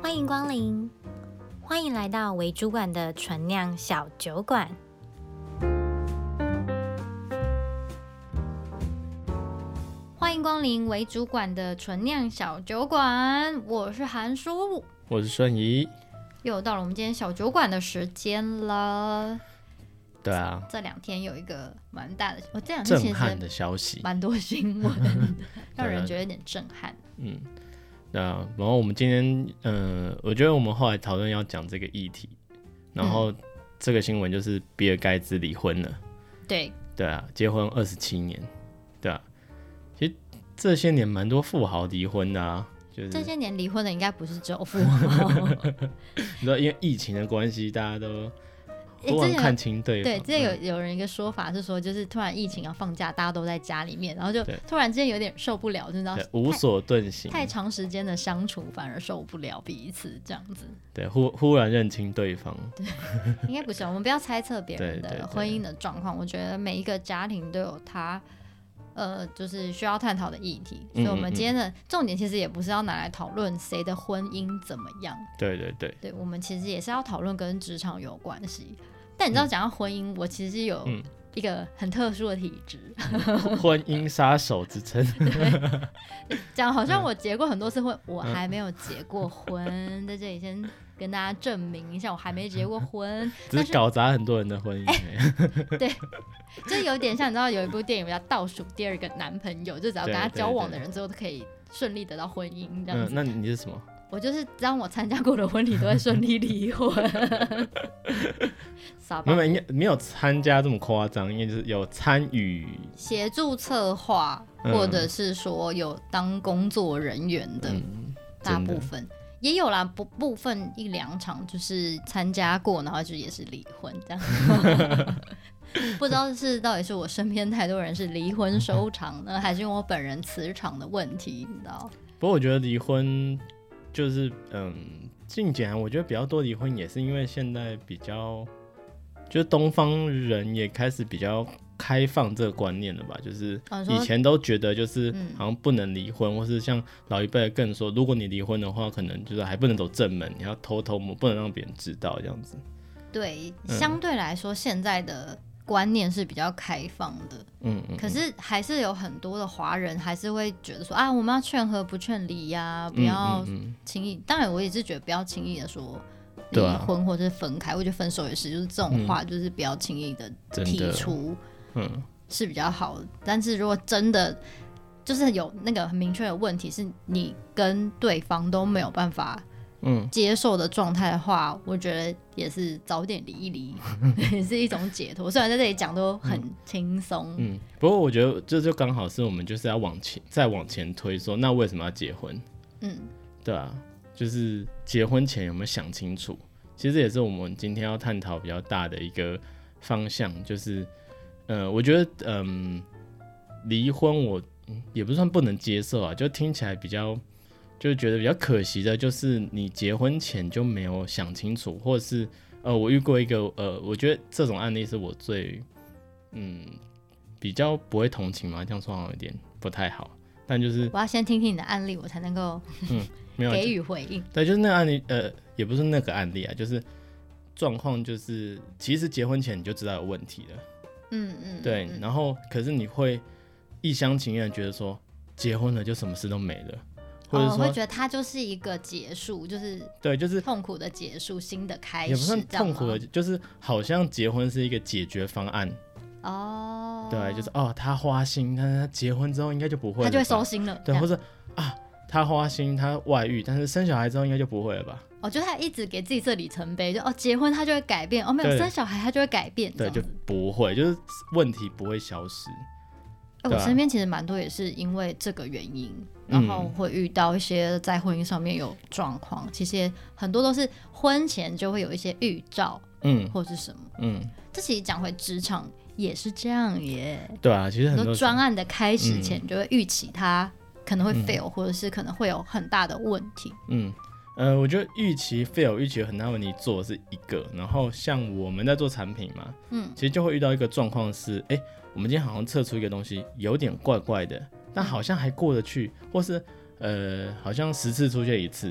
欢迎光临，欢迎来到为主管的纯酿小酒馆。欢迎光临为主管的纯酿小酒馆，我是韩叔， 我是顺仪， 又到了我们今天小酒馆的时间了。 对啊， 这两天有一个蛮大的，这两天其实震撼的消息， 蛮多新闻，让人觉得有点震撼。 然后我们今天，我觉得我们后来讨论要讲这个议题，然后这个新闻就是比尔盖茨离婚了。 对啊，结婚27年，对啊，其实这些年蛮多富豪离婚的啊，就是这些年离婚的应该不是只有富豪， 你知道因为疫情的关系，大家都忽然看清对方。 对，之前有人一个说法是说，就是突然疫情要放假，大家都在家里面，然后就突然之间有点受不了，就知道无所遁形， 太长时间的相处反而受不了彼此这样子。 对，忽然认清对方。 对，应该不是，我们不要猜测别人的婚姻的状况。我觉得每一个家庭都有他就是需要探讨的议题，所以我们今天的重点其实也不是要拿来讨论谁的婚姻怎么样。 对， 我们其实也是要讨论跟职场有关系。但你知道讲到婚姻，我其实有一个很特殊的体质， 婚姻杀手之称。 讲好像我结过很多次婚，我还没有结过婚，在这里先跟大家证明一下，我还没结过婚， 只是搞砸很多人的婚姻。 对，就有点像你知道有一部电影叫《倒数第二个男朋友》，就只要跟他交往的人之后都可以顺利得到婚姻这样子。 那你是什么？ 我就是当我参加过的婚礼都会顺利离婚。 没有参加这么夸张，应该就是有参与协助策划，或者是说有当工作人员的，大部分也有啦，部分一两场就是参加过，然后就也是离婚这样。不知道到底是我身边太多人是离婚收场呢，还是因为我本人磁场的问题，你知道？ 不过我觉得离婚就是近几年我觉得比较多离婚也是因为现在比较就是东方人也开始比较开放这个观念了吧，就是以前都觉得就是好像不能离婚，或是像老一辈更说如果你离婚的话可能就是还不能走正门，你要偷偷摸，不能让别人知道这样子。 对，相对来说现在的观念是比较开放的，可是还是有很多的华人还是会觉得说啊，我们要劝和不劝离呀，不要轻易。当然，我也是觉得不要轻易的说离婚或者是分开，我觉得分手也是，就是这种话就是不要轻易的提出，是比较好的。但是如果真的就是有那个很明确的问题，是你跟对方都没有办法接受的状态的话，我觉得也是早点离一离，也是一种解脱。虽然在这里讲都很轻松， 不过我觉得这就刚好是我们就是要再往前推说，那为什么要结婚？对啊，就是结婚前有没有想清楚？其实这也是我们今天要探讨比较大的一个方向，就是我觉得离婚我也不算不能接受啊，就听起来比较。就觉得比较可惜的就是你结婚前就没有想清楚，或者是我遇过一个我觉得这种案例是我最比较不会同情嘛，这样说好像有点不太好，但就是我要先听听你的案例，我才能够给予回应。 对，就是那个案例也不是那个案例啊，就是状况就是其实结婚前你就知道有问题了，对，然后可是你会一厢情愿觉得说结婚了就什么事都没了。或者说会觉得它就是一个结束，就是对，就是痛苦的结束，新的开始， 也不算痛苦的，就是好像结婚是一个解决方案。对，就是他花心，他结婚之后应该就不会了吧， 他就会收心了。 对，或者他花心，他外遇，但是生小孩之后应该就不会了吧？ 就他一直给自己设里程碑，就结婚他就会改变，没有生小孩他就会改变， 对，就不会，就是问题不会消失。 我身边其实蛮多也是因为这个原因，然后会遇到一些在婚姻上面有状况，其实也很多都是婚前就会有一些预兆，或是什么，这其实讲回职场也是这样耶。 对啊，其实很多专案的开始前就会预期它可能会 fail，或者是可能会有很大的问题。 我觉得预期 fail， 预期有很大问题做的是一个，然后像我们在做产品嘛，其实就会遇到一个状况是，我们今天好像测出一个东西有点怪怪的，但好像还过得去，或是好像10次出现1次，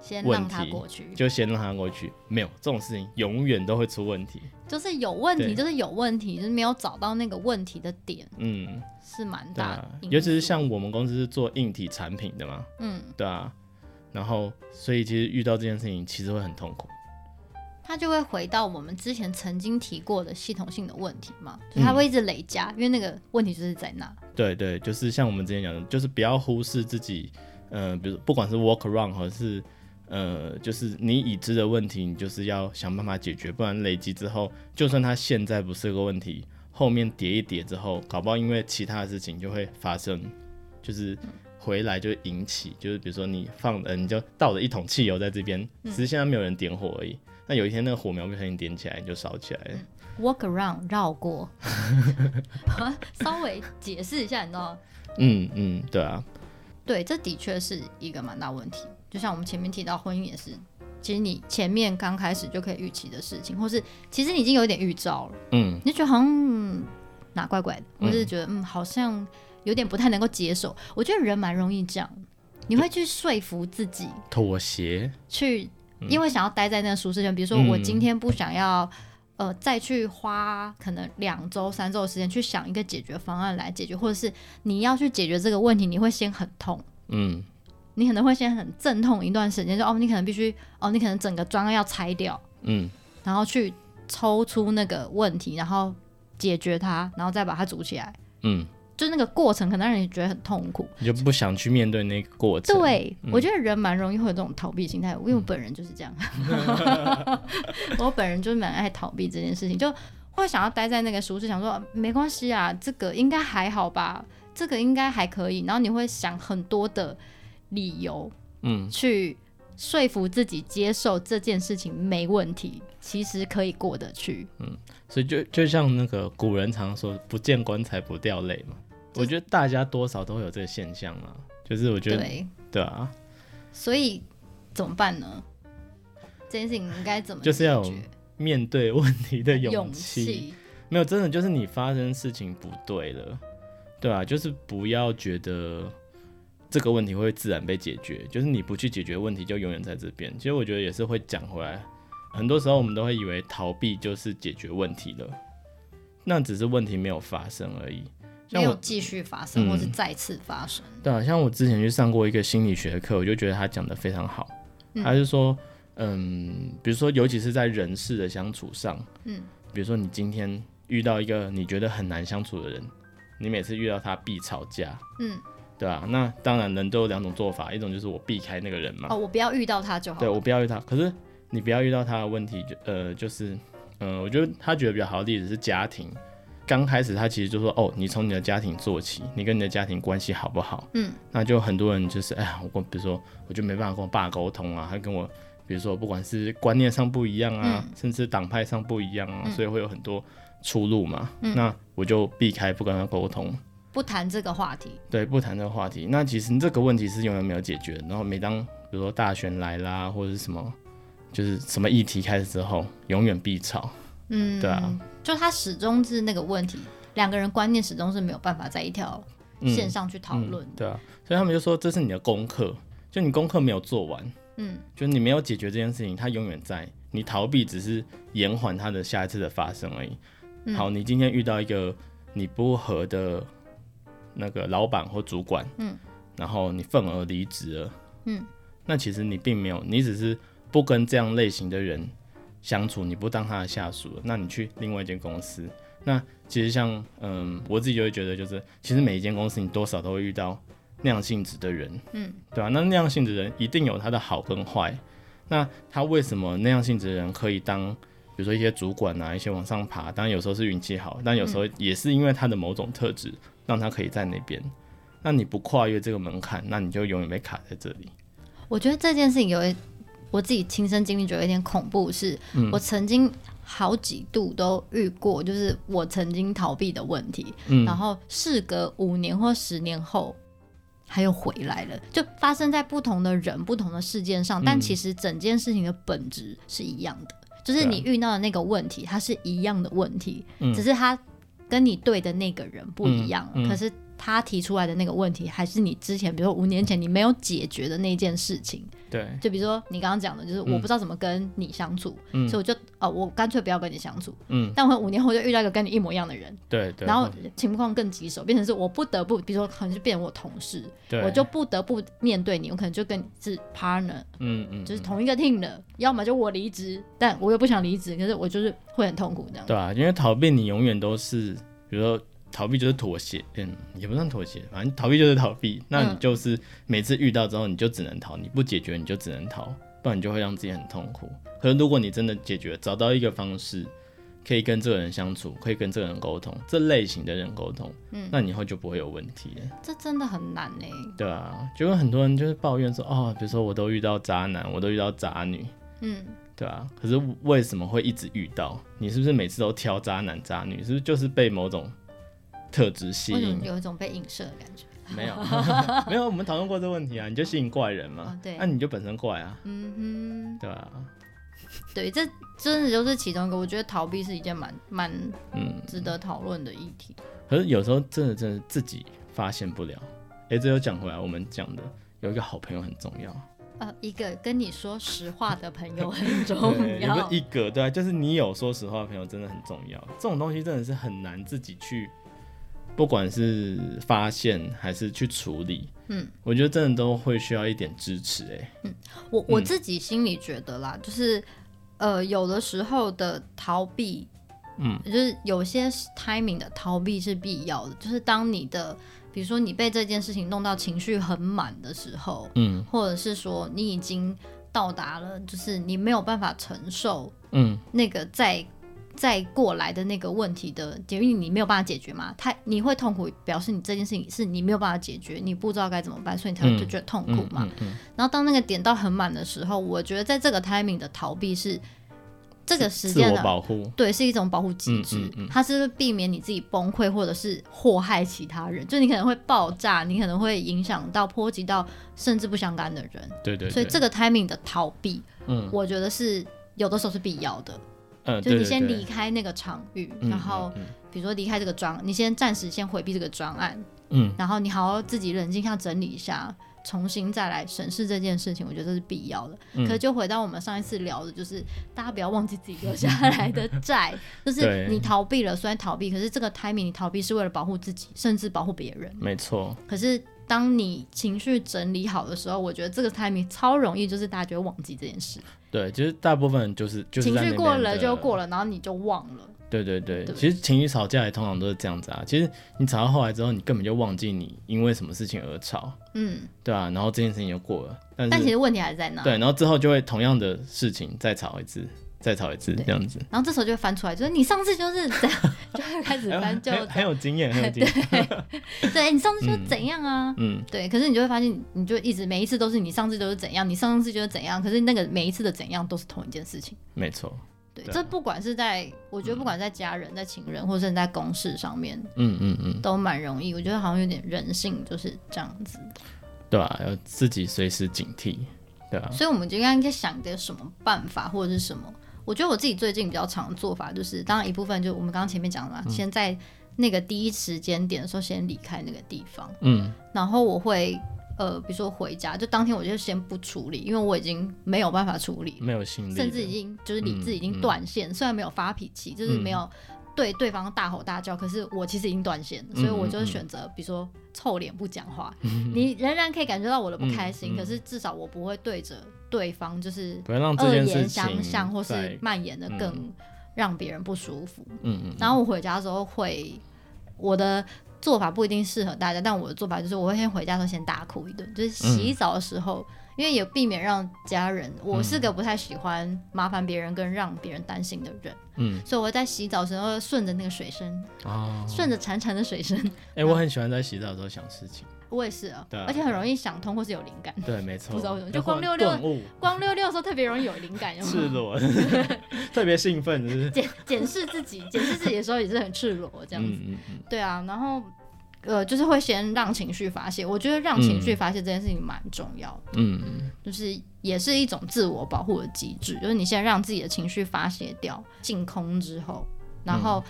先让它过去， 就先让它过去。没有这种事情，永远都会出问题。 就是有问题，就是有问题，就是没有找到那个问题的点，是蛮大的。 尤其是像我们公司是做硬体产品的嘛，对啊，然后所以其实遇到这件事情，其实会很痛苦。 它就会回到我们之前曾经提过的系统性的问题嘛，就是它会一直累加，因为那个问题就是在那。 对对，就是像我们之前讲的，就是不要忽视自己，比如不管是 work around 或是就是你已知的问题，你就是要想办法解决，不然累积之后，就算它现在不是个问题，后面叠一叠之后，搞不好因为其他的事情就会发生，就是回来就引起，就是比如说你你就倒了一桶汽油在这边，只是现在没有人点火而已。那有一天那个火苗不小心点起来，你就烧起来了。 Walk around 绕过，稍微解释一下，你知道？ 对啊， 对，这的确是一个蛮大问题。就像我们前面提到婚姻也是，其实你前面刚开始就可以预期的事情，或是其实你已经有点预兆了，你就觉得好像哪怪怪的，或是觉得好像有点不太能够接受。我觉得人蛮容易这样，你会去说服自己， 妥协， 因为想要待在那个舒适圈，比如说我今天不想要再去花可能2周3周的时间去想一个解决方案来解决，或者是你要去解决这个问题，你会先很痛，你可能会先很阵痛一段时间，就你可能必须你可能整个专案要拆掉，然后去抽出那个问题，然后解决它，然后再把它组起来，就那个过程可能让你觉得很痛苦， 你就不想去面对那个过程。 对，我觉得人蛮容易会有这种逃避心态，因为我本人就是这样。我本人就是蛮爱逃避这件事情，就会想要待在那个舒适，想说没关系啊，这个应该还好吧，这个应该还可以。然后你会想很多的理由，去说服自己接受这件事情没问题，其实可以过得去。 所以就像那个古人常说不见棺材不掉泪嘛，我觉得大家多少都会有这个现象啊，就是我觉得对啊， 所以怎么办呢？这件事情应该怎么解决？ 就是要有面对问题的勇气。没有，真的就是你发生事情不对了，对啊，就是不要觉得这个问题会自然被解决，就是你不去解决问题就永远在这边。其实我觉得也是会讲回来，很多时候我们都会以为逃避就是解决问题了，那只是问题没有发生而已， 没有继续发生，或是再次发生。 对啊，像我之前去上过一个心理学的课，我就觉得他讲得非常好。他是说，比如说尤其是在人事的相处上，比如说你今天遇到一个你觉得很难相处的人，你每次遇到他必吵架，对啊，那当然人都有2种做法，一种就是我避开那个人嘛， 我不要遇到他就好了。 对，我不要遇到他。可是你不要遇到他的问题，就是我觉得他觉得比较好的例子是家庭。刚开始他其实就说你从你的家庭做起，你跟你的家庭关系好不好？那就很多人就是比如说我就没办法跟我爸沟通啊，他跟我比如说不管是观念上不一样啊，甚至党派上不一样啊，所以会有很多出路嘛。那我就避开不跟他沟通， 不谈这个话题。 对，不谈这个话题。那其实这个问题是永远没有解决的。然后每当比如说大选来啦，或者是什么，就是什么议题开始之后，永远必吵。对啊， 就他始终是那个问题，2个人观念始终是没有办法在一条线上去讨论。 对啊，所以他们就说这是你的功课，就你功课没有做完，就你没有解决这件事情，它永远在，你逃避只是延缓它的下一次的发生而已。好，你今天遇到一个你不合的那个老板或主管，然后你愤而离职了，那其实你并没有，你只是不跟这样类型的人相处，你不当他的下属了，那你去另外一间公司，那其实像我自己就会觉得，就是其实每一间公司你多少都会遇到那样性质的人，对吧？那样性质的人一定有他的好跟坏，那他为什么那样性质的人可以当，比如说一些主管啊，一些往上爬，当然有时候是运气好，但有时候也是因为他的某种特质让他可以在那边。那你不跨越这个门槛，那你就永远被卡在这里。 我觉得这件事情我自己亲身经历，觉得有点恐怖，是我曾经好几度都遇过，就是我曾经逃避的问题，然后事隔5年或10年后，它又回来了，就发生在不同的人、不同的事件上，但其实整件事情的本质是一样的，就是你遇到的那个问题，它是一样的问题，只是它跟你对的那个人不一样，可是他提出来的那个问题，还是你之前比如说5年前你没有解决的那件事情。 对， 就比如说你刚刚讲的，就是我不知道怎么跟你相处，所以我就我干脆不要跟你相处。但我5年后就遇到一个跟你一模一样的人， 对， 然后情况更棘手，变成是我不得不，比如说可能就变成我同事，我就不得不面对你，我可能就跟你是 partner，就是同一个 team 的，要么就我离职，但我又不想离职，可是我就是会很痛苦这样。 对啊，因为逃避你永远都是，比如说逃避就是妥协，也不算妥协，反正逃避就是逃避。那你就是每次遇到之后，你就只能逃，你不解决你就只能逃，不然你就会让自己很痛苦。可是如果你真的解决，找到一个方式，可以跟这个人相处，可以跟这个人沟通，这类型的人沟通，那你以后就不会有问题了。 这真的很难欸。 对啊，就有很多人就是抱怨说，比如说我都遇到渣男，我都遇到渣女，对啊，可是为什么会一直遇到？你是不是每次都挑渣男渣女？是不是就是被某种特质吸引？ 有一种被影射的感觉。 没有没有，我们讨论过这个问题啊，你就吸引怪人嘛， 对， 那你就本身怪啊，对啊， 对，这真的就是其中一个，我觉得逃避是一件蛮值得讨论的议题。 可是有时候真的自己发现不了。这又讲回来，我们讲的有一个好朋友很重要。 一个跟你说实话的朋友很重要。 也不是一个，对啊，就是你有说实话的朋友真的很重要。这种东西真的是很难自己去，不管是发现还是去处理，我觉得真的都会需要一点支持。 我自己心里觉得啦，就是有的时候的逃避，就是有些 timing 的逃避是必要的，就是当你的。比如说你被这件事情弄到情绪很满的时候，或者是说你已经到达了，就是你没有办法承受，那个再过来的那个问题的，因为你没有办法解决嘛，你会痛苦，表示你这件事情是你没有办法解决，你不知道该怎么办，所以你才会就觉得痛苦嘛。然后当那个点到很满的时候，我觉得在这个 timing 的逃避是。这个时间的自我保护， 对，是一种保护机制，它是避免你自己崩溃或者是祸害其他人，就你可能会爆炸，你可能会影响到波及到甚至不相干的人。对，所以这个 timing 的逃避，我觉得是有的时候是必要的。就你先离开那个场域，然后比如说离开这个专，你先暂时先回避这个专案，然后你好好自己冷静下整理一下。重新再来审视这件事情，我觉得这是必要的。可是就回到我们上一次聊的，就是大家不要忘记自己留下来的债，就是你逃避了，虽然逃避，可是这个 timing 你逃避是为了保护自己，甚至保护别人。 没错。 可是当你情绪整理好的时候，我觉得这个 timing 超容易，就是大家就会忘记这件事。 对，就是大部分人就是情绪过了就过了，然后你就忘了。 对，其实情绪吵架也通常都是这样子啊。其实你吵到后来之后，你根本就忘记你因为什么事情而吵，对啊，然后这件事情就过了。但其实问题还是在那。 对，然后之后就会同样的事情再吵一次这样子。 然后这时候就会翻出来，就是你上次就是这样，就会开始翻，就很有经验， 对，你上次就是怎样啊？对。可是你就会发现，你就一直每一次都是你上次就是怎样，你上次就是怎样，可是那个每一次的怎样都是同一件事情。 没错。 对，这不管是我觉得不管在家人、在情人，或者是在公事上面，都蛮容易。我觉得好像有点人性就是这样子。 对啊，要自己随时警惕。对啊。 所以我们就应该想个什么办法，或者是什么？我觉得我自己最近比较常的做法，就是当然一部分就我们刚刚前面讲的嘛，先在那个第一时间点的时候先离开那个地方。然后我会。比如说回家，就当天我就先不处理，因为我已经没有办法处理， 没有心力， 甚至已经就是理智已经断线。虽然没有发脾气，就是没有对对方大吼大叫，可是我其实已经断线了，所以我就选择比如说臭脸不讲话。你仍然可以感觉到我的不开心，可是至少我不会对着对方就是恶言相向，或是蔓延的更让别人不舒服。然后我回家的时候我的做法不一定适合大家，但我的做法就是我会先回家的时候先大哭一顿，就是洗澡的时候，因为也避免让家人，我是个不太喜欢麻烦别人跟让别人担心的人，所以我会在洗澡的时候顺着那个水声，顺着潺潺的水声。 我很喜欢在洗澡的时候想事情。 我也是啊，而且很容易想通或是有灵感。 对，没错。 不知道为什么，就光溜溜的时候特别容易有灵感， 赤裸，特别兴奋，是不是？ 检视自己的时候也是很赤裸这样子。对啊，然后就是会先让情绪发泄。我觉得让情绪发泄这件事情蛮重要的。就是也是一种自我保护的机制，就是你先让自己的情绪发泄掉，净空之后，然后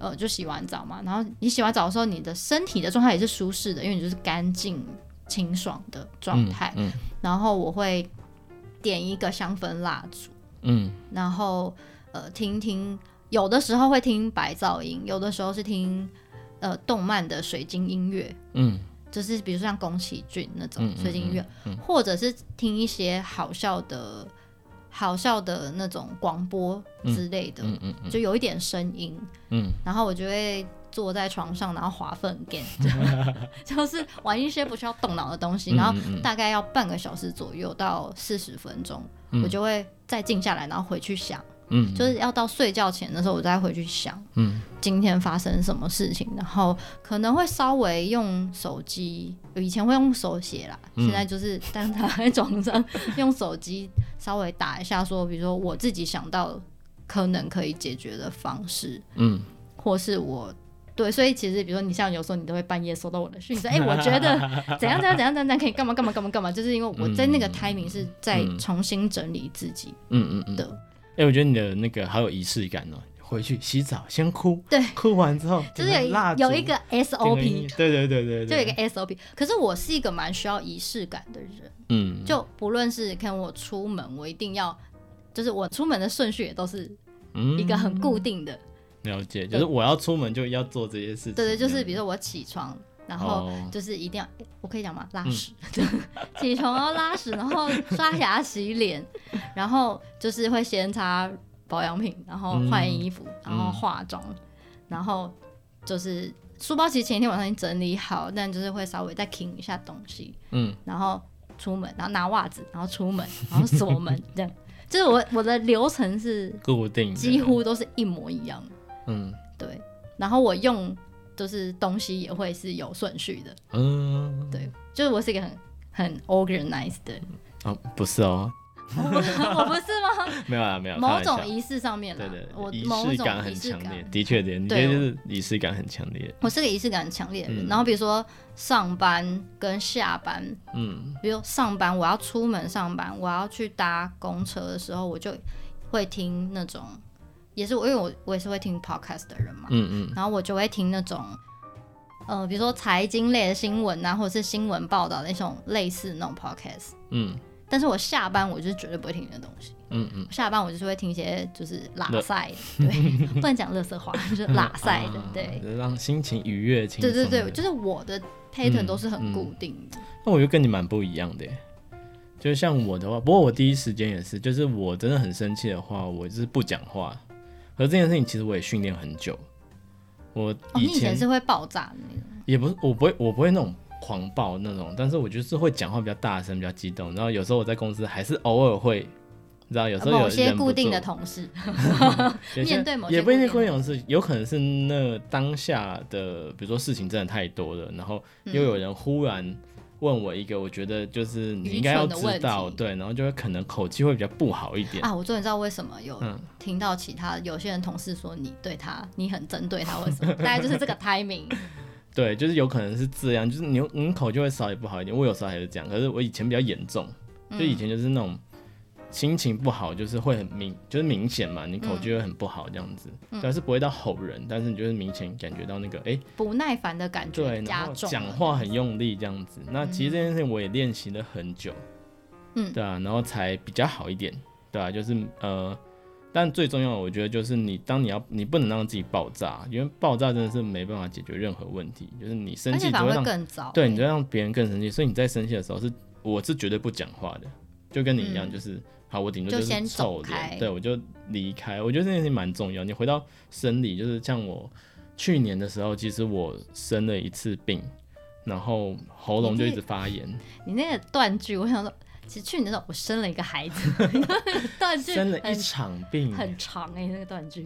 就洗完澡嘛，然后你洗完澡的时候，你的身体的状态也是舒适的，因为你就是干净清爽的状态。然后我会点一个香氛蜡烛，然后听听，有的时候会听白噪音，有的时候是听动漫的水晶音乐，就是比如说像宫崎骏那种水晶音乐，或者是听一些好笑的那种广播之类的，就有一点声音，然后我就会坐在床上，然后滑粪 game， 就是玩一些不需要动脑的东西，然后大概要半个小时左右到40分钟，我就会再静下来，然后回去想，就是要到睡觉前的时候，我再回去想，今天发生什么事情，然后可能会稍微用手机，以前会用手写啦，现在就是当躺在床上用手机稍微打一下说，比如说我自己想到可能可以解决的方式，或是我对，所以其实比如说你像有时候你都会半夜收到我的讯息，我觉得怎样可以干嘛，就是因为我在那个 timing 是在重新整理自己的。 我觉得你的那个好有仪式感哦。回去洗澡先哭， 对， 哭完之后就是有一个 SOP， 对， 就有一个 SOP。可是我是一个蛮需要仪式感的人，就不论是看我出门，我一定要，就是我出门的顺序也都是一个很固定的。 了解，就是我要出门就要做这些事情。 对，就是比如说我起床，然后就是一定要，我可以讲吗？拉屎，起床要拉屎，然后刷牙洗脸，然后就是会先擦保养品，然后换衣服，然后化妆，然后就是书包其实前一天晚上已经整理好，但就是会稍微再king一下东西，然后出门，然后拿袜子，然后出门，然后锁门，这样，就是我的流程是固定， 几乎都是一模一样，对，然后我用就是东西也会是有顺序的，对，就是我是一个很 organized 的人， 不是哦。 我不是吗？ 没有， 某种仪式上面啦， 对， 我仪式感很强烈，的确，你觉得就是仪式感很强烈。 我是个仪式感很强烈的人，然后比如说上班跟下班，比如上班我要出门上班，我要去搭公车的时候，我就会听那种，也是因为我也是会听 podcast 的人嘛，然后我就会听那种。比如说财经类的新闻啊，或者是新闻报道那种类似那种 podcast，但是我下班我就是绝对不会听那东西，下班我就是会听一些就是拉塞的，对，不能讲垃圾话，就是拉塞的，对， 让心情愉悦轻松。 对，就是我的 pattern 都是很固定的。 那我就跟你蛮不一样的耶，就像我的话，不过我第一时间也是，就是我真的很生气的话，我就是不讲话。可是这件事情其实我也训练很久。你以前是会爆炸的那种？ 也不是，我不会那种狂暴那种，但是我就是会讲话比较大声，比较激动。然后有时候我在公司还是偶尔会，你知道，有时候有某些固定的同事，面对某些也不一定固定的同事，有可能是那当下的，比如说事情真的太多了，然后又有人忽然问我一个，我觉得就是你应该要知道，对，然后就会可能口气会比较不好一点啊。我终于知道为什么有听到有些人同事说你很针对他，为什么？大概就是这个 timing。 对，就是有可能是这样，就是你口就会稍微不好一点。我有时候还是这样，可是我以前比较严重，就以前就是那种心情不好，就是会就是明显嘛，你口就会很不好这样子，但是不会到吼人，但是你就是明显感觉到那个不耐烦的感觉加重， 讲话很用力这样子。那其实这件事情我也练习了很久，对啊，然后才比较好一点，对啊，就是但最重要的，我觉得就是你不能让自己爆炸，因为爆炸真的是没办法解决任何问题。就是你生气只会让更糟， 对，你就让别人更生气。所以你在生气的时候我是绝对不讲话的，就跟你一样，就是好，我顶多就是臭脸，对，我就离开。我觉得这件事情蛮重要。你回到生理，就是像我去年的时候，其实我生了一次病，然后喉咙就一直发炎。 你那个断句，我想说。其实去年的时候我生了一个孩子，断句生了一场病， 很长那个断句。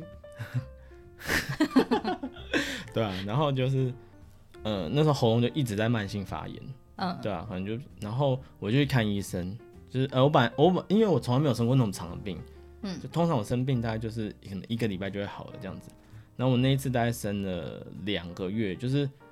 对啊，然后就是那时候喉咙就一直在慢性发炎，对啊，反正然后我就去看医生，就是因为我从来没有生过那种长的病，就通常我生病大概就是可能1个礼拜就会好了这样子，然后我那一次大概生了2个月，就是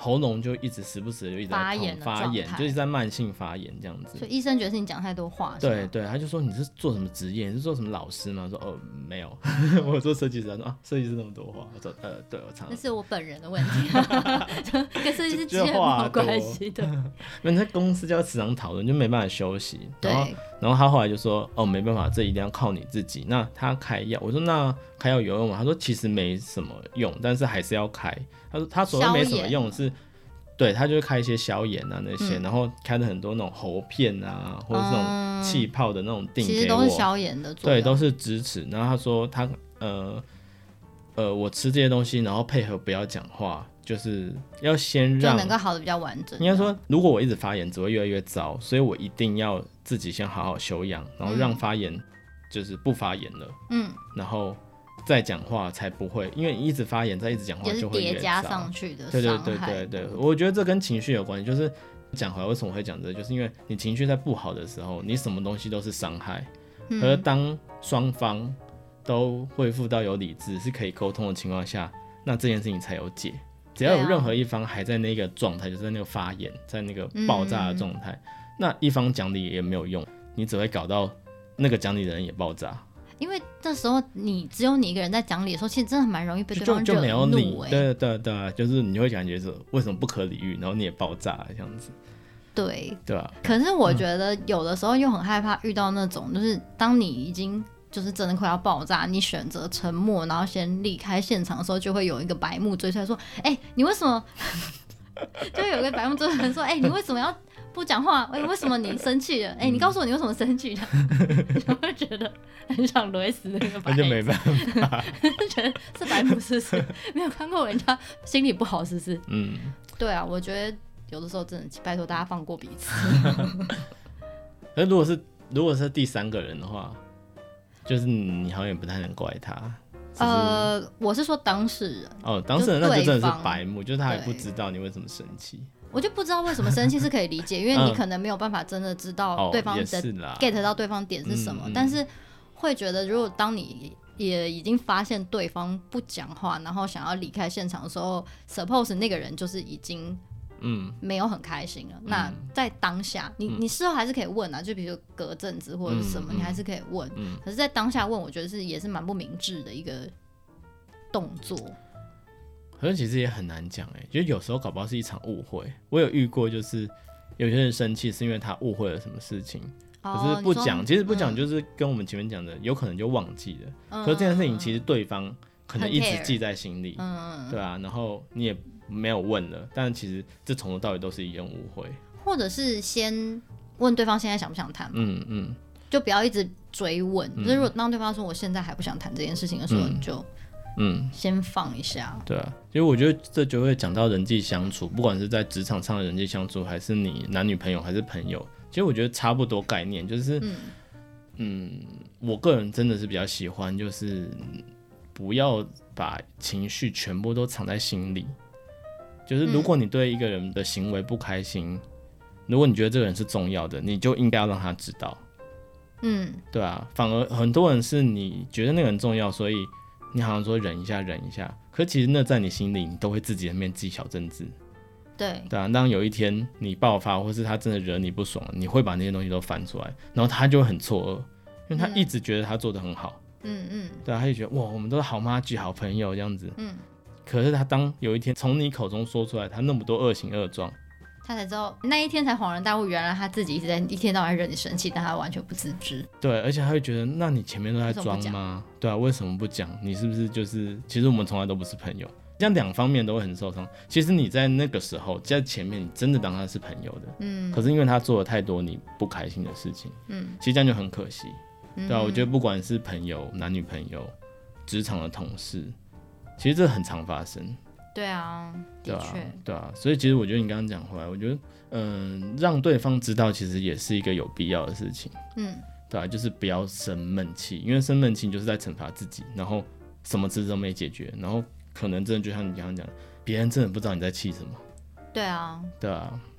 喉咙就一直时不时就一直在痛发炎，就是在慢性发炎这样子。 所以医生觉得是你讲太多话。 对对，他就说你是做什么职业？你是做什么老师吗？我说没有，我做设计师。他说设计师那么多话。我说对，我常常。 那是我本人的问题，跟设计师之间没有关系的。 那在公司就要时常讨论，就没办法休息。然后他后来就说没办法，这一定要靠你自己。那他开药，我说那开药有用吗？他说其实没什么用，但是还是要开。他说他所谓没什么用是，对他就会开一些消炎啊那些，然后开了很多那种喉片啊，或者是那种气泡的那种锭给我， 其实都是消炎的作用， 对，都是支持。然后他说他我吃这些东西，然后配合不要讲话，就是要先让就能够好的比较完整。 应该说，如果我一直发炎，只会越来越糟，所以我一定要自己先好好休养，然后让发炎就是不发炎了，然后再讲话才不会，因为一直发炎再一直讲话就会越糟， 叠加上去的伤害。对，我觉得这跟情绪有关系。就是讲回来，为什么会讲这个，就是因为你情绪在不好的时候，你什么东西都是伤害。而当双方都恢复到有理智，是可以沟通的情况下，那这件事情才有解。只要有任何一方还在那个状态，就是在那个发炎，在那个爆炸的状态，那一方讲理也没有用，你只会搞到那个讲理的人也爆炸。 因为这时候只有你一个人在讲理的时候，其实真的蛮容易被对方惹怒。 就没有你，对，就是你会感觉是为什么不可理喻，然后你也爆炸这样子。 对吧？ 可是我觉得有的时候又很害怕遇到那种，就是当你已经就是真的快要爆炸，你选择沉默，然后先离开现场的时候，就会有一个白目追出来说：“你为什么？”就有一个白目追出来说：“你为什么要不讲话？为什么你生气了？你告诉我你为什么生气？”就会觉得很想勒死那个白目，那就没办法， 觉得是白目是不是？没有看过人家心里不好是不是？对啊，我觉得有的时候真的拜托大家放过彼此。 而如果是第三个人的话，就是你好像也不太能怪他。 我是说当事人。 当事人那就真的是白目，就是他也不知道你为什么生气。 我就不知道为什么生气是可以理解，因为你可能没有办法真的知道对方的 get 到对方点是什么，但是会觉得如果当你也已经发现对方不讲话，然后想要离开现场的时候 suppose 那个人就是已经没有很开心了。那在当下你事后还是可以问啊，就比如说隔阵子或者是什么，你还是可以问。可是在当下问，我觉得也是蛮不明智的一个动作。 可是其实也很难讲就有时候搞不好是一场误会。我有遇过，就是有些人生气是因为他误会了什么事情，可是不讲，其实不讲就是跟我们前面讲的，有可能就忘记了。可是这件事情其实对方可能一直记在心里，对啊，然后你也没有问了，但其实这从头到尾都是一种误会。 或者是先问对方现在想不想谈嘛，就不要一直追问。就是如果当对方说我现在还不想谈这件事情的时候，你就先放一下。 对啊，因为我觉得这就会讲到人际相处，不管是在职场上的人际相处，还是你男女朋友还是朋友，其实我觉得差不多概念。就是我个人真的是比较喜欢，就是不要把情绪全部都藏在心里。就是如果你对一个人的行为不开心，如果你觉得这个人是重要的，你就应该要让他知道。对啊，反而很多人是你觉得那个人重要，所以你好像说忍一下，可其实那在你心里，你都会自己在那边记小政治。对啊，当有一天你爆发，或是他真的惹你不爽，你会把那些东西都翻出来，然后他就会很错愕，因为他一直觉得他做得很好。对啊，他就觉得哇，我们都是好妈吉好朋友这样子。可是他当有一天从你口中说出来他那么多恶行恶状， 他才知道，那一天才恍然大悟，原来他自己一直在一天到晚惹你生气，但他完全不自知。 对，而且他会觉得，那你前面都在装吗？对啊，为什么不讲？你是不是就是其实我们从来都不是朋友？这样两方面都会很受伤。其实你在那个时候在前面，你真的当他是朋友的，可是因为他做了太多你不开心的事情，其实这样就很可惜。对啊，我觉得不管是朋友、男女朋友、职场的同事，其实这很常发生。对啊，的确，对啊，所以其实我觉得你刚刚讲回来，我觉得，让对方知道其实也是一个有必要的事情。对啊，就是不要生闷气，因为生闷气就是在惩罚自己，然后什么事都没解决，然后可能真的就像你刚刚讲，别人真的不知道你在气什么。对啊，对啊，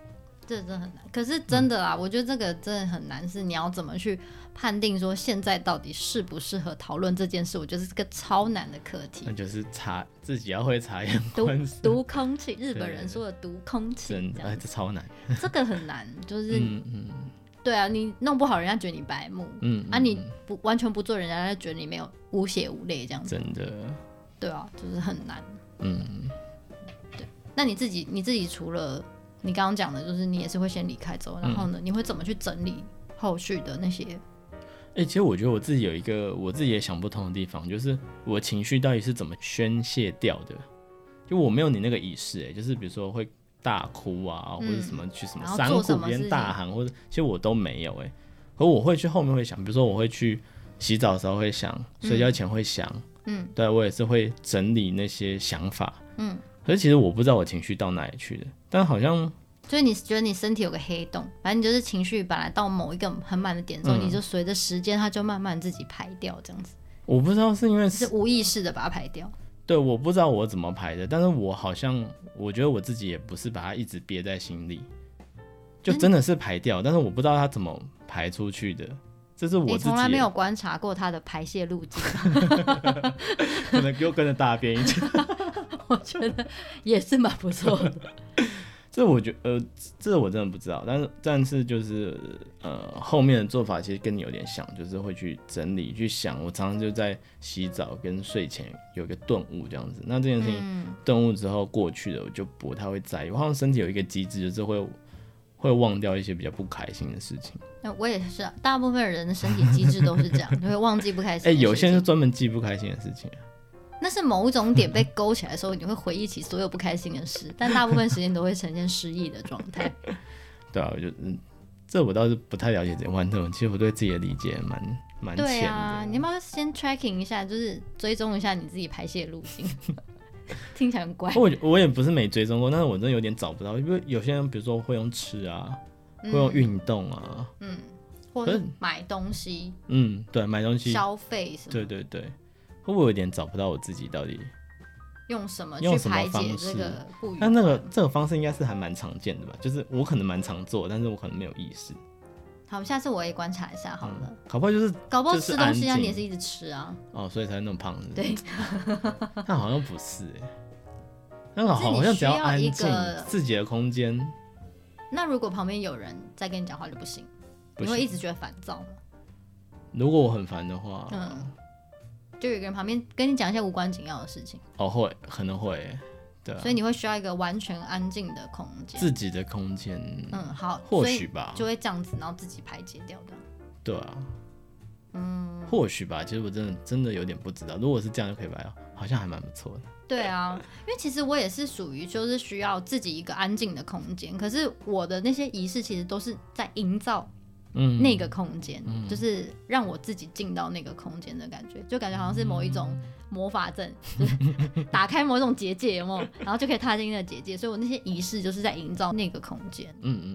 这真的很难。可是真的啦，我觉得这个真的很难，是你要怎么去判定说现在到底适不适合讨论这件事，我觉得是个超难的课题。 那就是自己要会察言观色， 读空气，日本人说的读空气， 真的，这超难， 这个很难，就是对啊，你弄不好人家觉得你白目，你完全不做，人家就觉得你没有无血无泪这样子， 真的， 对啊，就是很难，对。那你自己除了你刚刚讲的，就是你也是会先离开之后，然后呢，你会怎么去整理后续的那些？ 其实我觉得我自己有一个我自己也想不通的地方，就是我情绪到底是怎么宣泄掉的？就我没有你那个仪式，就是比如说会大哭啊，或者什么去什么山谷边大喊，或者其实我都没有可我会去后面会想，比如说我会去洗澡的时候会想，睡觉前会想，对我也是会整理那些想法，可是其实我不知道我情绪到哪里去的，但好像所以你觉得你身体有个黑洞，反正你就是情绪本来到某一个很满的点之后，你就随着时间它就慢慢自己排掉这样子。 我不知道是因为是无意识的把它排掉。 对，我不知道我怎么排的，但是我好像我觉得我自己也不是把它一直憋在心里，就真的是排掉，但是我不知道它怎么排出去的，这是我自己。 你从来没有观察过它的排泄路径， 可能又跟着大便一起。 我觉得也是蛮不错的。 这我觉得这我真的不知道，但是就是后面的做法其实跟你有点像，就是会去整理去想。我常常就在洗澡跟睡前有一个顿悟这样子，那这件事情顿悟之后过去了，我就不太会在意。我好像身体有一个机制，就是会忘掉一些比较不开心的事情。 我也是啊，大部分人的身体机制都是这样，就会忘记不开心的事情。 有些人是专门记不开心的事情那是某一种点被勾起来的时候，你会回忆起所有不开心的事，但大部分时间都会呈现失忆的状态。 对啊，我就这我倒是不太了解这玩这种，其实我对自己的理解蛮浅的。 对啊，你要不要先 tracking 一下，就是追踪一下你自己排泄路径？听起来很怪。 我也不是没追踪过，但是我真的有点找不到，因为有些人比如说会用吃啊，会用运动啊， 或者买东西， 对，买东西消费什么， 对，会不会有点找不到我自己到底用什么去排解这个不愉快？ 但这个方式应该是还蛮常见的吧？就是我可能蛮常做，但是我可能没有意识。 好，下次我也观察一下好了。 搞不好吃东西啊，你也是一直吃啊。 所以才那么胖是不是？ 对。 但好像不是那个好像只要安静自己的空间。 那如果旁边有人在跟你讲话就不行，你会一直觉得烦躁吗？ 如果我很烦的话， 就有一个人旁边跟你讲一些无关紧要的事情， 可能会，对啊， 所以你会需要一个完全安静的空间， 自己的空间， 好， 或许吧， 就会这样子，然后自己排解掉的， 对啊，或许吧，其实我真的有点不知道，如果是这样就可以排，好像还蛮不错的。 对啊，因为其实我也是属于就是需要自己一个安静的空间，可是我的那些仪式其实都是在营造那个空间，就是让我自己进到那个空间的感觉，就感觉好像是某一种魔法阵，就是打开某一种结界，有没有？然后就可以踏进那个结界，所以我那些仪式就是在营造那个空间。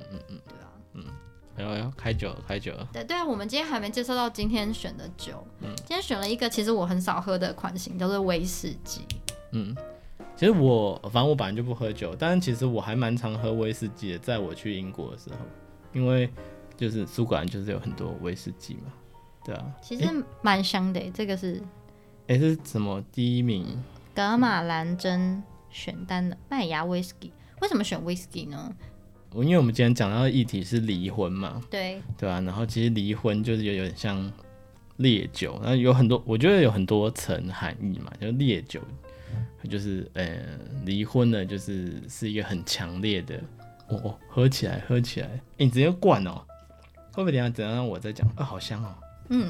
对啊， 开酒了。 对啊，我们今天还没介绍到今天选的酒，今天选了一个其实我很少喝的款型，叫做威士忌。 其实反正我本来就不喝酒，但是其实我还蛮常喝威士忌的，在我去英国的时候，因为就是苏格兰就是有很多威士忌嘛，对啊， 其实蛮香的。这个是是什么第一名？ 噶玛兰珍选单的麦芽威士忌。为什么选威士忌呢？ 因为我们今天讲到的议题是离婚嘛， 对啊，然后其实离婚就是有点像烈酒，然后有很多，我觉得有很多层含义嘛，就是烈酒就是离婚了就是一个很强烈的喝起来，你直接灌哦。会不会等一下让我再讲？好香哦。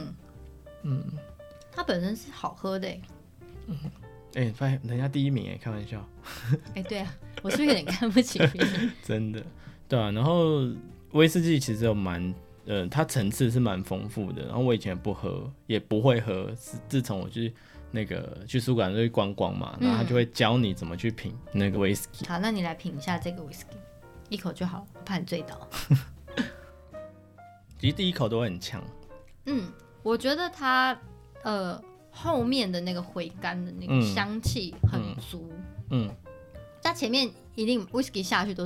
它本身是好喝的。 发现人家第一名开玩笑。 对啊，我是不是有点看不起别人？ 真的，对啊。然后威士忌其实有它层次是蛮丰富的。然后我以前不喝，也不会喝，自从我去苏格兰去观光嘛，然后他就会教你怎么去品那个威士忌。 好，那你来品一下这个威士忌，一口就好了，我怕你醉倒。 其实第一口都会很呛。 我觉得它后面的那个回甘的那个香气很足。它前面一定 whisky 下去都是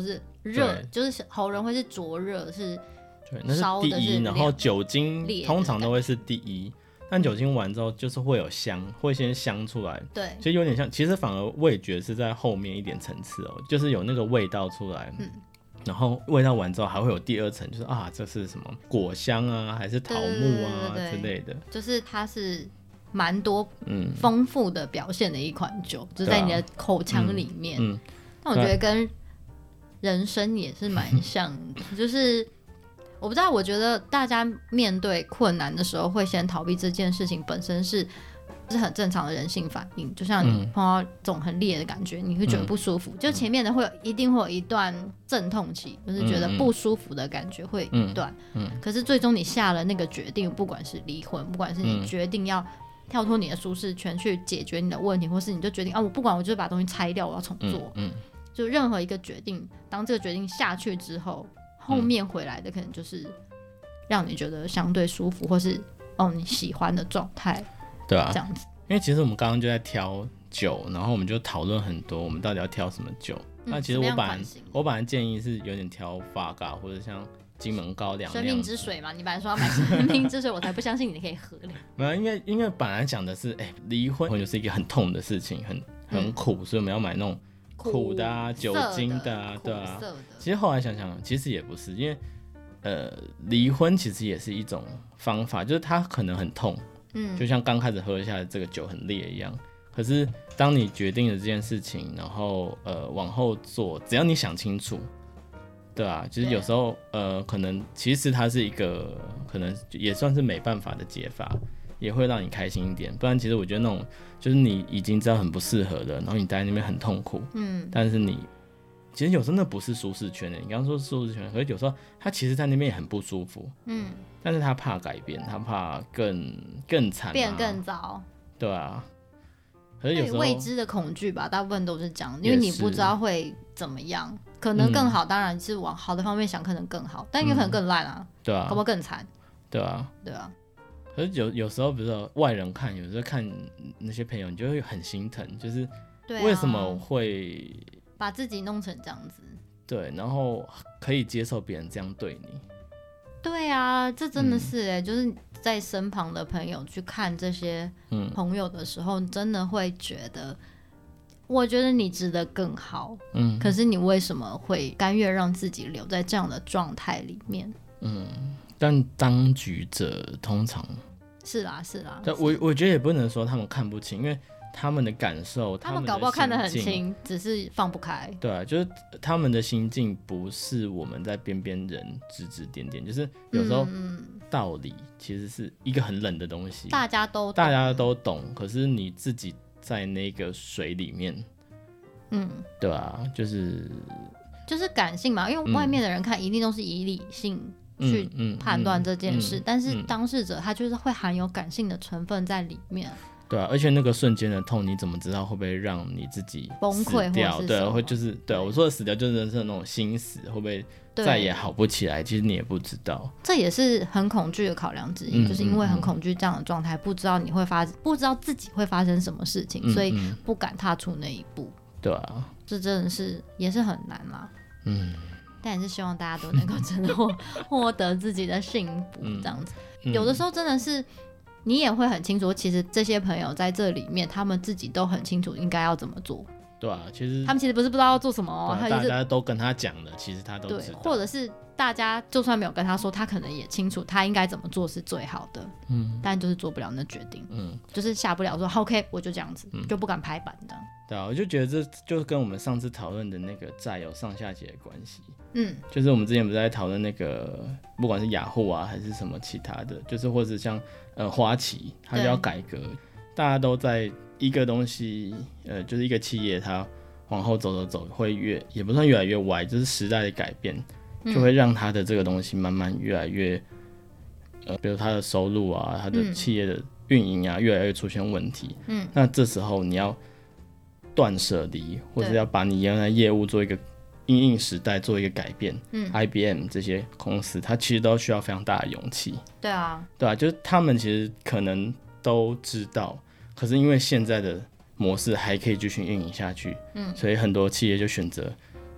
热，就是喉咙会是灼热，是对，那是第一，然后酒精通常都会是第一，但酒精完之后就是会有香，会先香出来， 对， 其实有点像，其实反而味觉是在后面一点层次哦，就是有那个味道出来，然后味道完之后还会有第二层，就是啊这是什么果香啊，还是桃木啊之类的， 就是它是蛮多丰富的表现的一款酒，就是在你的口腔里面。但我觉得跟人生也是蛮像的，就是我不知道，我觉得大家面对困难的时候会先逃避这件事情，本身是很正常的人性反应。就像你碰到这种很烈的感觉，你会觉得不舒服，就前面的一定会有一段阵痛期，就是觉得不舒服的感觉会一段。可是最终你下了那个决定，不管是离婚，不管是你决定要跳脱你的舒适圈去解决你的问题，或是你就决定啊，我不管，我就把东西拆掉，我要重做。就任何一个决定，当这个决定下去之后，后面回来的可能就是让你觉得相对舒服，或是你喜欢的状态， 对啊， 这样子。 因为其实我们刚刚就在挑酒，然后我们就讨论很多，我们到底要挑什么酒。那其实我本来建议是有点挑法嘎或者像金门高粱生命之水嘛，你本来说要买生命之水，我才不相信你可以喝嘞。 没有，因为本来讲的是，离婚就是一个很痛的事情，很苦，所以我们要买那种苦的啊，酒精的啊，对啊。其实后来想想，其实也不是，因为离婚其实也是一种方法，就是它可能很痛，就像刚开始喝下来这个酒很烈一样。可是当你决定了这件事情，然后往后做，只要你想清楚，对啊，就是有时候可能其实它是一个可能也算是没办法的解法，也会让你开心一点。不然其实我觉得那种就是你已经知道很不适合的，然后你待在那边很痛苦，但是你其实有时候那不是舒适圈的。你刚刚说舒适圈，可是有时候他其实在那边也很不舒服，但是他怕改变，他怕更惨， 变更糟， 对啊。可是有时候未知的恐惧吧，大部分都是这样，因为你不知道会怎么样，可能更好，当然是往好的方面想，可能更好，但有可能更烂啊， 对啊， 搞不好更惨， 对啊， 对啊。 可是有时候，比如说外人看，有时候看那些朋友，你就会很心疼，就是为什么会把自己弄成这样子？ 对，然后可以接受别人这样对你。 对啊，这真的是就是在身旁的朋友去看这些朋友的时候，真的会觉得，我觉得你值得更好，可是你为什么会甘愿让自己留在这样的状态里面？ 但当局者通常是啦， 但我觉得也不能说他们看不清，因为他们的感受， 他们搞不好看得很清，只是放不开。 对啊，就是他们的心境不是我们在边边人指指点点，就是有时候道理其实是一个很冷的东西，大家都懂，可是你自己在那个水里面，对啊，就是感性嘛，因为外面的人看一定都是以理性去判断这件事，但是当事者他就是会含有感性的成分在里面。 对啊，而且那个瞬间的痛，你怎么知道会不会让你自己崩溃掉？对，会就是对我说的死掉，就是那种心死，会不会再也好不起来？其实你也不知道， 这也是很恐惧的考量之一，就是因为很恐惧这样的状态，不知道不知道自己会发生什么事情，所以不敢踏出那一步。 对啊， 这真的是也是很难啦。但也是希望大家都能够真的获得自己的幸福，这样子。有的时候真的是。你也会很清楚，其实这些朋友在这里面，他们自己都很清楚应该要怎么做。 对啊，其实他们其实不是不知道要做什么大家都跟他讲了，其实他都知道。 或者是大家就算没有跟他说，他可能也清楚他应该怎么做是最好的。但就是做不了那决定。就是下不了说 OK， 我就这样子，就不敢拍板这样。 对啊，我就觉得这就跟我们上次讨论的那个债有上下节的关系。就是我们之前不是在讨论那个，不管是雅虎啊还是什么其他的，就是或者像花旗，它就要改革，大家都在一个东西，就是一个企业，它往后走，会也不算越来越歪，就是时代的改变，就会让它的这个东西慢慢越来越，比如它的收入啊，它的企业的运营啊，越来越出现问题。那这时候你要断舍离，或者要把你原来业务做一个因应时代做一个改变。IBM 这些公司，它其实都需要非常大的勇气。对啊，就是他们其实可能都知道，可是因为现在的模式还可以继续运营下去，所以很多企业就选择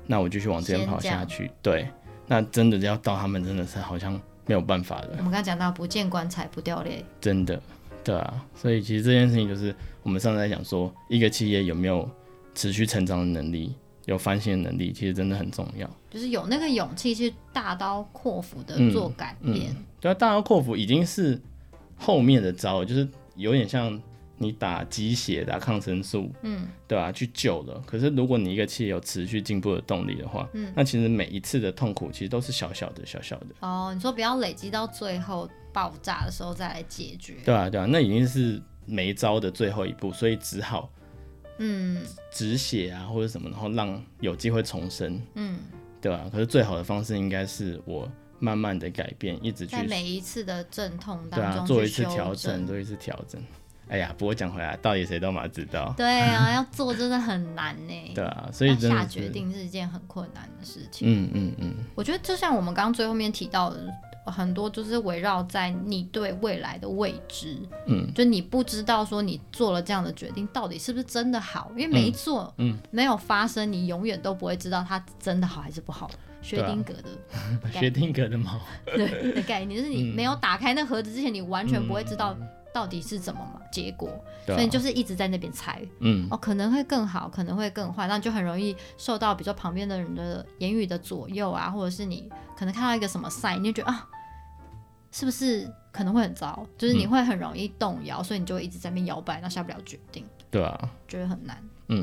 那我就去往这边跑下去。对，那真的要到他们真的是好像没有办法了。 我们刚刚讲到不见棺材不掉泪， 真的，对啊，所以其实这件事情就是我们上次在讲说，一个企业有没有持续成长的能力，有翻新的能力，其实真的很重要。 就是有那个勇气去大刀阔斧的做改变。 对啊，大刀阔斧已经是后面的招，就是有点像你打鸡血、打抗生素，对吧？去救了。可是如果你一个企业有持续进步的动力的话，那其实每一次的痛苦其实都是小小的。哦， 你说不要累积到最后爆炸的时候再来解决。 对啊，那已经是每一招的最后一步，所以只好止血啊或者什么，然后让有机会重生，对吧？可是最好的方式应该是我慢慢的改变，一直去在每一次的阵痛当中做一次调整。哎呀，不过讲回来，道理谁都嘛知道。 对啊，要做真的很难呢。 对啊，所以真的下决定是一件很困难的事情。我觉得就像我们刚刚最后面提到的，很多就是围绕在你对未来的未知。就你不知道说你做了这样的决定到底是不是真的好，因为没做，没有发生，你永远都不会知道它真的好还是不好。薛定谔的薛定谔的猫对的概念，就是你没有打开那盒子之前，你完全不会知道到底是怎么嘛结果，所以你就是一直在那边猜，可能会更好，可能会更坏，那就很容易受到比如说旁边的人的言语的左右啊，或者是你可能看到一个什么 sign， 你就觉得啊，是不是可能会很糟，就是你会很容易动摇，所以你就会一直在那边摇摆，然后下不了决定， 对啊， 觉得很难，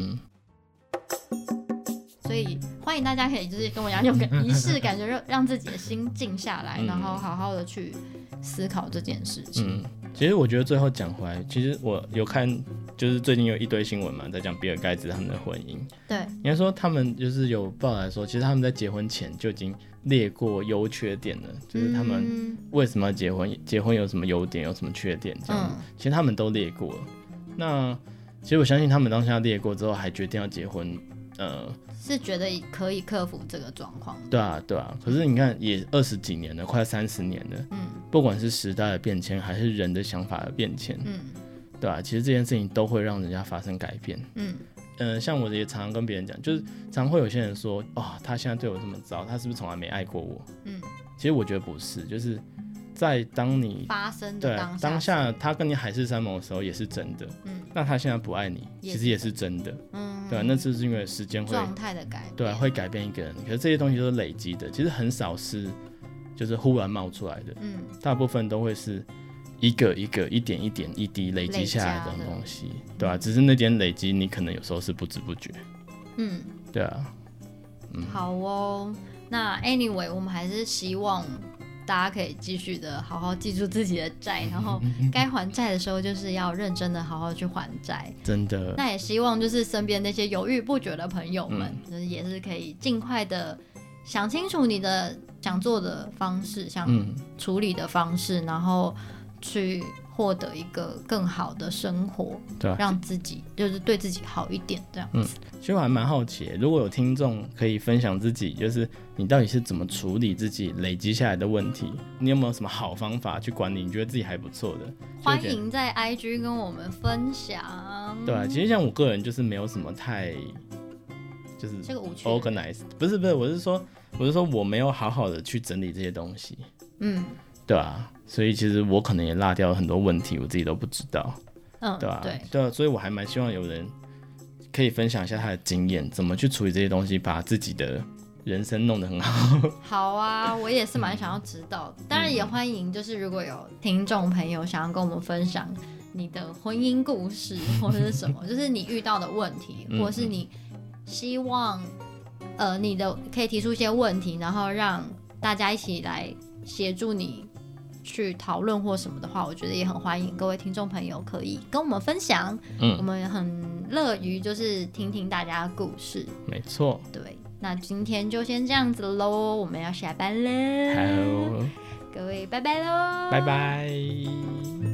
所以欢迎大家可以就是跟我一样用个仪式感觉让自己的心静下来，然后好好的去思考这件事情。 其实我觉得最后讲回来，其实我有看，就是最近有一堆新闻嘛，在讲比尔盖茨他们的婚姻。 对， 应该说他们就是有报道说，其实他们在结婚前就已经列过优缺点了，就是他们为什么要结婚，结婚有什么优点，有什么缺点这样。其实他们都列过了。那其实我相信他们当下列过之后，还决定要结婚， 是觉得可以克服这个状况。 对啊。可是你看，也20几年了，快30年了。不管是时代的变迁，还是人的想法的变迁，对啊，其实这件事情都会让人家发生改变。像我也常常跟别人讲，就是常会有些人说，他现在对我这么糟，他是不是从来没爱过我？其实我觉得不是，就是在当你发生的当下，他跟你海誓山盟的时候也是真的。那他现在不爱你，其实也是真的。对啊，那就是因为时间会状态的改变， 对啊，会改变一个人。可是这些东西都是累积的，其实很少是就是忽然冒出来的。大部分都会是一个一个、一点一点、一滴累积下来的东西，对啊，只是那点累积，你可能有时候是不知不觉。对啊。 好哦，那 anyway， 我们还是希望大家可以继续的好好记住自己的债，然后该还债的时候就是要认真的好好去还债， 真的。 那也希望就是身边那些犹豫不决的朋友们，就是也是可以尽快的想清楚你的想做的方式，想处理的方式，然后去获得一个更好的生活，对，让自己就是对自己好一点这样子。 其实我还蛮好奇，如果有听众可以分享自己，就是你到底是怎么处理自己累积下来的问题，你有没有什么好方法去管理你觉得自己还不错的， 欢迎在 IG 跟我们分享。 对啊，其实像我个人就是没有什么太就是 organize， 不是我是说我没有好好的去整理这些东西。对啊，所以其实我可能也落掉了很多问题，我自己都不知道。对啊，对啊，所以我还蛮希望有人可以分享一下他的经验，怎么去处理这些东西，把自己的人生弄得很好。 好啊，我也是蛮想要知道。当然也欢迎，就是如果有听众朋友想要跟我们分享你的婚姻故事或者是什么，就是你遇到的问题，或者是你希望你的可以提出一些问题，然后让大家一起来协助你去讨论或什么的话，我觉得也很欢迎各位听众朋友可以跟我们分享。我们很乐于就是听听大家的故事。 没错， 对，那今天就先这样子咯，我们要下班了。 好， 各位拜拜咯， 拜拜。